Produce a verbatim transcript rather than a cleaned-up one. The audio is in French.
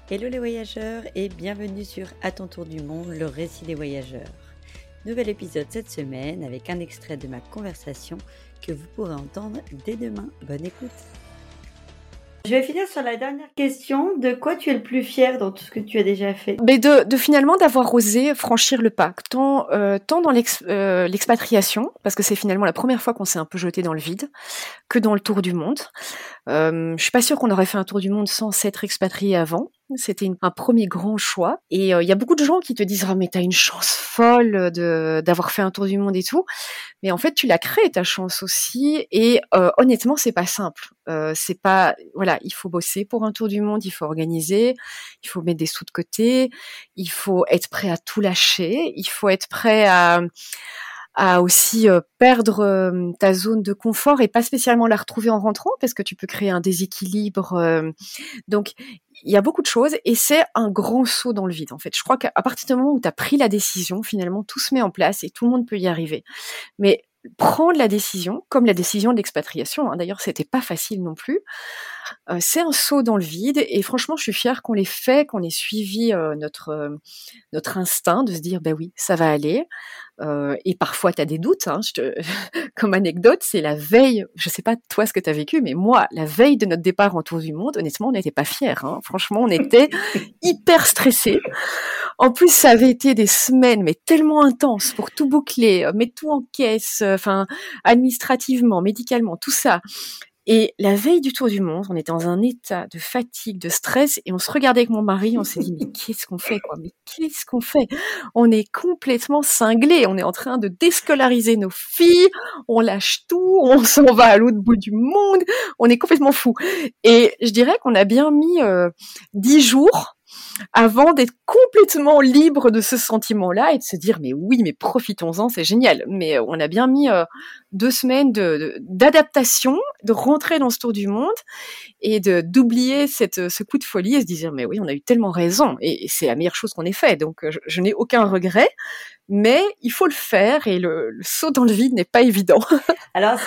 Hello les voyageurs et bienvenue sur À ton tour du monde, le récit des voyageurs. Nouvel épisode cette semaine avec un extrait de ma conversation que vous pourrez entendre dès demain. Bonne écoute. Je vais finir sur la dernière question. De quoi tu es le plus fier dans tout ce que tu as déjà fait ? Mais de, de finalement d'avoir osé franchir le pas, tant, euh, tant dans l'ex, euh, l'expatriation, parce que c'est finalement la première fois qu'on s'est un peu jeté dans le vide, que dans le tour du monde. Euh, je suis pas sûre qu'on aurait fait un tour du monde sans s'être expatrié avant. C'était une, un premier grand choix. Et il euh, y a beaucoup de gens qui te disent « Ah, mais t'as une chance folle de, d'avoir fait un tour du monde et tout ». Mais en fait, tu l'as créé, ta chance aussi. Et euh, honnêtement, c'est pas simple. Euh, c'est pas... Voilà, il faut bosser pour un tour du monde, il faut organiser, il faut mettre des sous de côté, il faut être prêt à tout lâcher, il faut être prêt à... à aussi euh, perdre euh, ta zone de confort et pas spécialement la retrouver en rentrant parce que tu peux créer un déséquilibre. Euh, donc, il y a beaucoup de choses et c'est un grand saut dans le vide, en fait. Je crois qu'à partir du moment où tu as pris la décision, finalement, tout se met en place et tout le monde peut y arriver. Mais prendre la décision, comme la décision d'expatriation, hein, d'ailleurs, c'était pas facile non plus, euh, c'est un saut dans le vide et franchement, je suis fière qu'on l'ait fait, qu'on ait suivi euh, notre, euh, notre instinct de se dire, ben oui, ça va aller. Euh, et parfois, tu as des doutes. Hein, je te... Comme anecdote, c'est la veille, je sais pas toi ce que tu as vécu, mais moi, la veille de notre départ en tour du monde, honnêtement, on n'était pas fiers. Hein. Franchement, on était hyper stressés. En plus, ça avait été des semaines, mais tellement intenses pour tout boucler, mettre tout en caisse, enfin, administrativement, médicalement, tout ça. Et la veille du tour du monde, on était dans un état de fatigue, de stress, et on se regardait avec mon mari, on s'est dit, mais qu'est-ce qu'on fait, quoi? Mais qu'est-ce qu'on fait? On est complètement cinglés, on est en train de déscolariser nos filles, on lâche tout, on s'en va à l'autre bout du monde, on est complètement fous. Et je dirais qu'on a bien mis euh, dix jours avant d'être complètement libre de ce sentiment-là et de se dire mais oui, mais profitons-en, c'est génial. Mais on a bien mis euh, deux semaines de, de, d'adaptation, de rentrer dans ce tour du monde et de d'oublier cette, ce coup de folie et se dire mais oui, on a eu tellement raison et, et c'est la meilleure chose qu'on ait fait. Donc je, je n'ai aucun regret, mais il faut le faire et le, le saut dans le vide n'est pas évident. Alors